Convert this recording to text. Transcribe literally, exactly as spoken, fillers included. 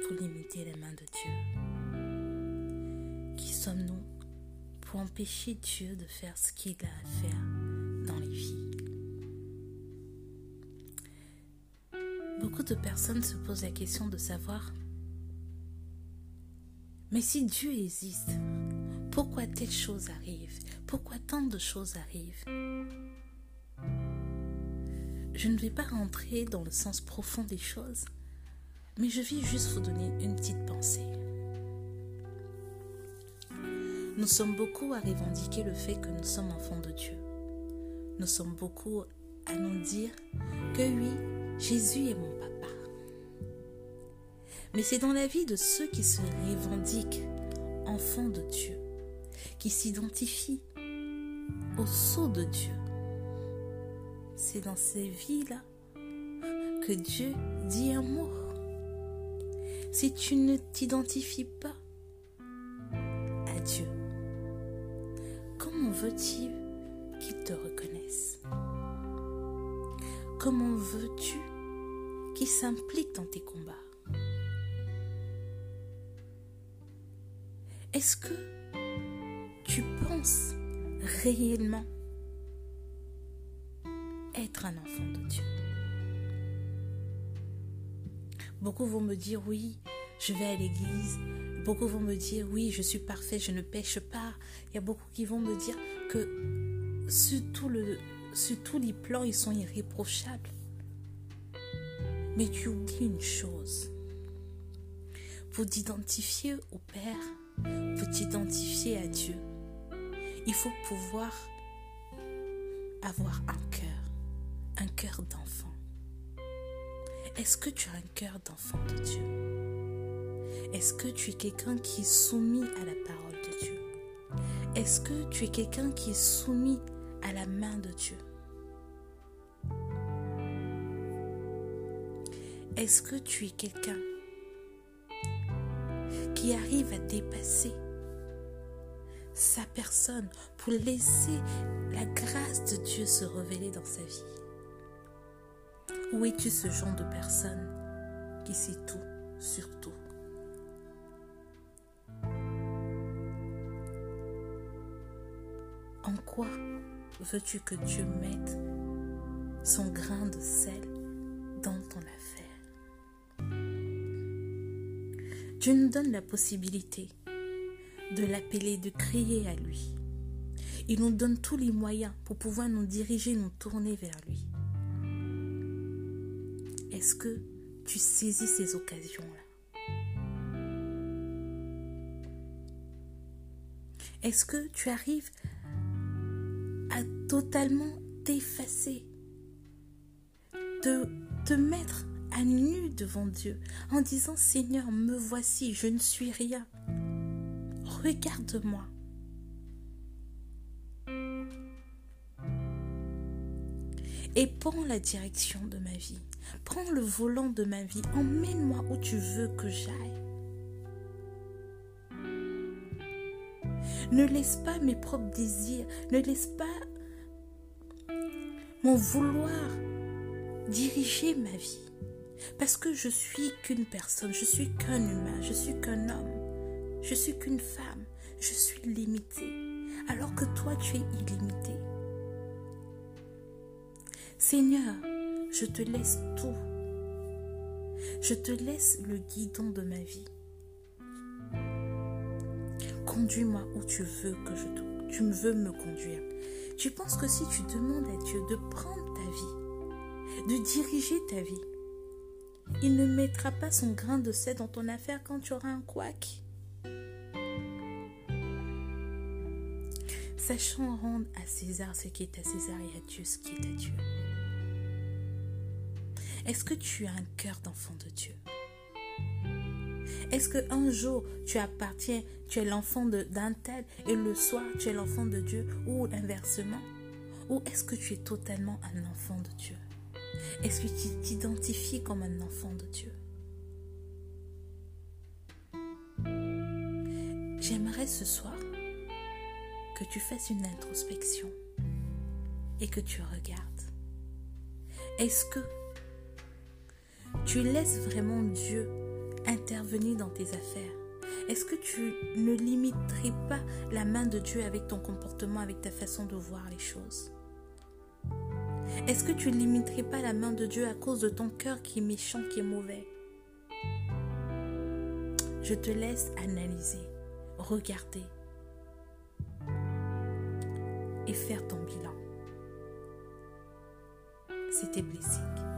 pour limiter les mains de Dieu? Qui sommes-nous pour empêcher Dieu de faire ce qu'il a à faire dans les vies? Beaucoup de personnes se posent la question de savoir, mais si Dieu existe, pourquoi telle chose arrive? Pourquoi tant de choses arrivent? Je ne vais pas rentrer dans le sens profond des choses, mais je vais juste vous donner une petite pensée. Nous sommes beaucoup à revendiquer le fait que nous sommes enfants de Dieu. Nous sommes beaucoup à nous dire que oui, Jésus est mon papa. Mais c'est dans la vie de ceux qui se revendiquent enfants de Dieu, qui s'identifient au sceau de Dieu. C'est dans ces vies-là que Dieu dit un mot. Si tu ne t'identifies pas à Dieu, comment veux-tu qu'il te reconnaisse? Comment veux-tu qu'il s'implique dans tes combats? Est-ce que tu penses réellement être un enfant de Dieu? Beaucoup vont me dire oui, je vais à l'église. Beaucoup vont me dire oui, je suis parfait, je ne pêche pas. Il y a beaucoup qui vont me dire que sur, tout le, sur tous les plans, ils sont irréprochables. Mais tu oublies une chose. Pour t'identifier au Père, pour t'identifier à Dieu, il faut pouvoir avoir un cœur, un cœur d'enfant. Est-ce que tu as un cœur d'enfant de Dieu? Est-ce que tu es quelqu'un qui est soumis à la parole de Dieu? Est-ce que tu es quelqu'un qui est soumis à la main de Dieu? Est-ce que tu es quelqu'un qui arrive à dépasser sa personne pour laisser la grâce de Dieu se révéler dans sa vie? Ou es-tu ce genre de personne qui sait tout sur tout? En quoi veux-tu que Dieu mette son grain de sel dans ton affaire? Dieu nous donne la possibilité de l'appeler, de crier à lui. Il nous donne tous les moyens pour pouvoir nous diriger, nous tourner vers lui. Est-ce que tu saisis ces occasions-là? Est-ce que tu arrives à totalement t'effacer, de te mettre à nu devant Dieu en disant « Seigneur, me voici, je ne suis rien. Regarde-moi. » Et prends la direction de ma vie. Prends le volant de ma vie. Emmène-moi où tu veux que j'aille. Ne laisse pas mes propres désirs, ne laisse pas mon vouloir diriger ma vie. Parce que je suis qu'une personne, je suis qu'un humain, je suis qu'un homme, je suis qu'une femme, je suis limitée. Alors que toi, tu es illimité. Seigneur, je te laisse tout. Je te laisse le guidon de ma vie. Conduis-moi où tu veux que je te, tu veux me conduire. Tu penses que si tu demandes à Dieu de prendre ta vie, de diriger ta vie, il ne mettra pas son grain de sel dans ton affaire quand tu auras un couac. Sachons rendre à César ce qui est à César et à Dieu ce qui est à Dieu. Est-ce que tu as un cœur d'enfant de Dieu? Est-ce qu'un jour tu appartiens, tu es l'enfant d'un tel et le soir tu es l'enfant de Dieu ou inversement? Ou est-ce que tu es totalement un enfant de Dieu? Est-ce que tu t'identifies comme un enfant de Dieu? J'aimerais ce soir que tu fasses une introspection et que tu regardes. Est-ce que tu laisses vraiment Dieu intervenir dans tes affaires? Est-ce que tu ne limiterais pas la main de Dieu avec ton comportement, avec ta façon de voir les choses? Est-ce que tu ne limiterais pas la main de Dieu à cause de ton cœur qui est méchant, qui est mauvais? Je te laisse analyser, regarder et faire ton bilan. C'était Blessing.